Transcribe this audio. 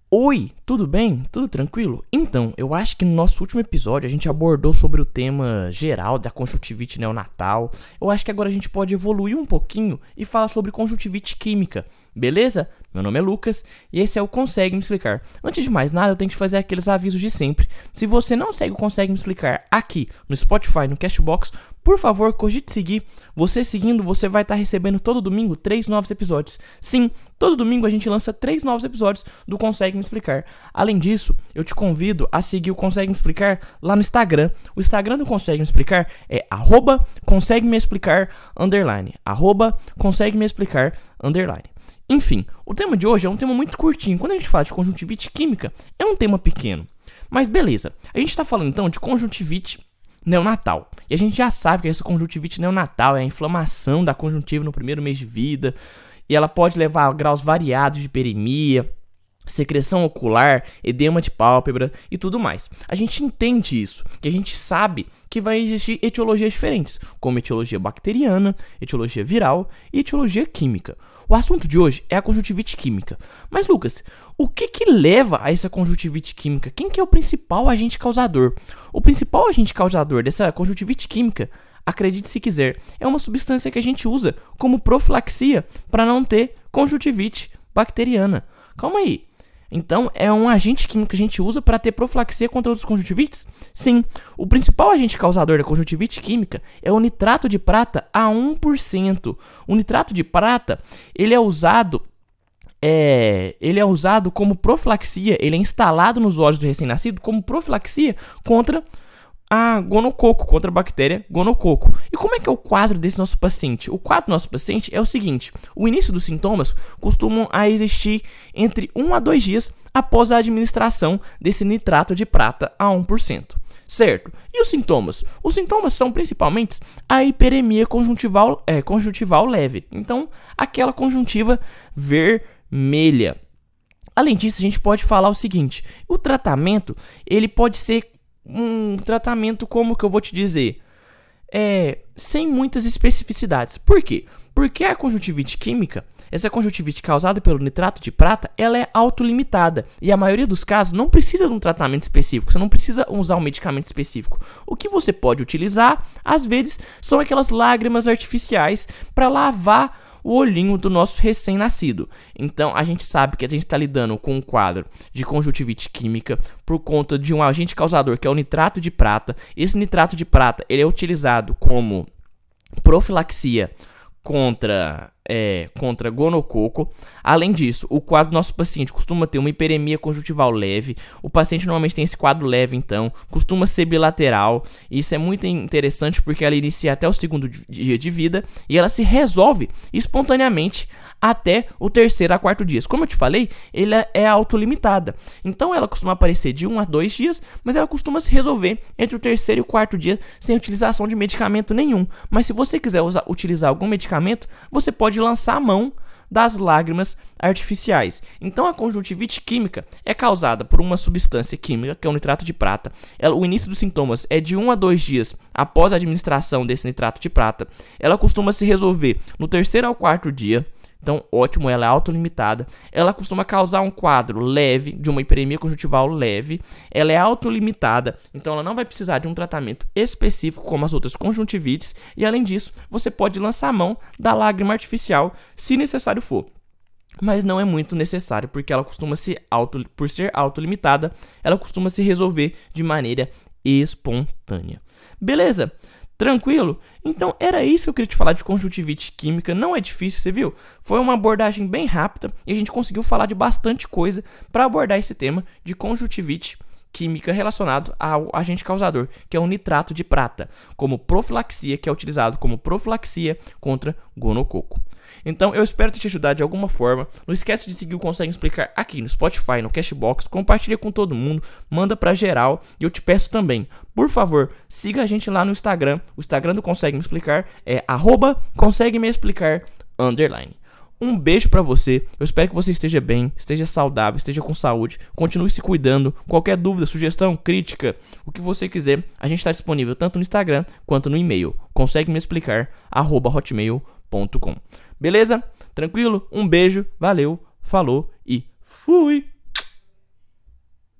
Oi, tudo bem? Tudo tranquilo? Então, eu acho que no nosso último episódio a gente abordou sobre o tema geral da conjuntivite neonatal. Eu acho que agora a gente pode evoluir um pouquinho e falar sobre conjuntivite química, beleza? Meu nome é Lucas e esse é o Consegue Me Explicar. Antes de mais nada, eu tenho que fazer aqueles avisos de sempre. Se você não segue o Consegue Me Explicar aqui no Spotify, no Castbox, por favor, cogite seguir. Você seguindo, você vai estar recebendo todo domingo 3 novos episódios. Sim, todo domingo a gente lança 3 novos episódios do Consegue Me Explicar. Além disso, eu te convido a seguir o Consegue Me Explicar lá no Instagram. O Instagram do Consegue Me Explicar é @consegue-me-explicar_, @consegue-me-explicar_. Enfim, o tema de hoje é um tema muito curtinho. Quando a gente fala de conjuntivite química, é um tema pequeno. Mas beleza, a gente está falando então de conjuntivite neonatal. E a gente já sabe que essa conjuntivite neonatal é a inflamação da conjuntiva no primeiro mês de vida. E ela pode levar a graus variados de hiperemia, secreção ocular, edema de pálpebra e tudo mais. A gente entende isso, que a gente sabe que vai existir etiologias diferentes, como etiologia bacteriana, etiologia viral e etiologia química. O assunto de hoje é a conjuntivite química. Mas, Lucas, o que leva a essa conjuntivite química? Quem que é o principal agente causador? O principal agente causador dessa conjuntivite química, acredite se quiser, é uma substância que a gente usa como profilaxia para não ter conjuntivite bacteriana. Calma aí. Então, é um agente químico que a gente usa para ter profilaxia contra outros conjuntivites? Sim, o principal agente causador da conjuntivite química é o nitrato de prata a 1%. O nitrato de prata, ele é usado como profilaxia, ele é instalado nos olhos do recém-nascido como profilaxia contra a gonococo, contra a bactéria gonococo. E como é que é o quadro desse nosso paciente? O quadro do nosso paciente é o seguinte: o início dos sintomas costumam existir entre 1 a 2 dias após a administração desse nitrato de prata a 1%. Certo? E os sintomas? Os sintomas são principalmente a hiperemia conjuntival leve. Então, aquela conjuntiva vermelha. Além disso, a gente pode falar o seguinte: o tratamento, ele pode ser um tratamento, como que eu vou te dizer, sem muitas especificidades. Por quê? Porque a conjuntivite química, essa conjuntivite causada pelo nitrato de prata, ela é autolimitada. E a maioria dos casos não precisa de um tratamento específico. Você não precisa usar um medicamento específico. O que você pode utilizar, às vezes, são aquelas lágrimas artificiais para lavar o olhinho do nosso recém-nascido. Então, a gente sabe que a gente está lidando com um quadro de conjuntivite química por conta de um agente causador, que é o nitrato de prata. Esse nitrato de prata, ele é utilizado como profilaxia contra gonococo. Além disso, o quadro do nosso paciente costuma ter uma hiperemia conjuntival leve. O paciente normalmente tem esse quadro leve, então, costuma ser bilateral. Isso é muito interessante porque ela inicia até o segundo dia de vida e ela se resolve espontaneamente até o 3º a 4º dia. Como eu te falei, ela é autolimitada. Então, ela costuma aparecer de 1 a 2 dias, mas ela costuma se resolver entre o 3º e o 4º dia sem utilização de medicamento nenhum. Mas se você quiser utilizar algum medicamento, você pode lançar a mão das lágrimas artificiais. Então, a conjuntivite química é causada por uma substância química, que é o nitrato de prata. O início dos sintomas é de 1 a 2 dias após a administração desse nitrato de prata. Ela costuma se resolver no 3º ao 4º dia. Então, ótimo, ela é autolimitada. Ela costuma causar um quadro leve, de uma hiperemia conjuntival leve. Ela é autolimitada, então ela não vai precisar de um tratamento específico como as outras conjuntivites. E, além disso, você pode lançar a mão da lágrima artificial, se necessário for. Mas não é muito necessário, porque ela costuma por ser autolimitada, ela costuma se resolver de maneira espontânea. Beleza? Tranquilo? Então era isso que eu queria te falar de conjuntivite química. Não é difícil, você viu? Foi uma abordagem bem rápida e a gente conseguiu falar de bastante coisa para abordar esse tema de conjuntivite química relacionado ao agente causador, que é o nitrato de prata, como profilaxia, que é utilizado como profilaxia contra gonococo. Então, eu espero ter te ajudado de alguma forma. Não esquece de seguir o Consegue Explicar aqui no Spotify, no Cashbox. Compartilha com todo mundo, manda pra geral. E eu te peço também, por favor, siga a gente lá no Instagram. O Instagram do Consegue Me Explicar é @consegue-me-explicar_. Um beijo pra você, eu espero que você esteja bem, esteja saudável, esteja com saúde, continue se cuidando. Qualquer dúvida, sugestão, crítica, o que você quiser, a gente está disponível tanto no Instagram quanto no e-mail, consegue-me-explicar@hotmail.com. Beleza? Tranquilo? Um beijo, valeu, falou e fui!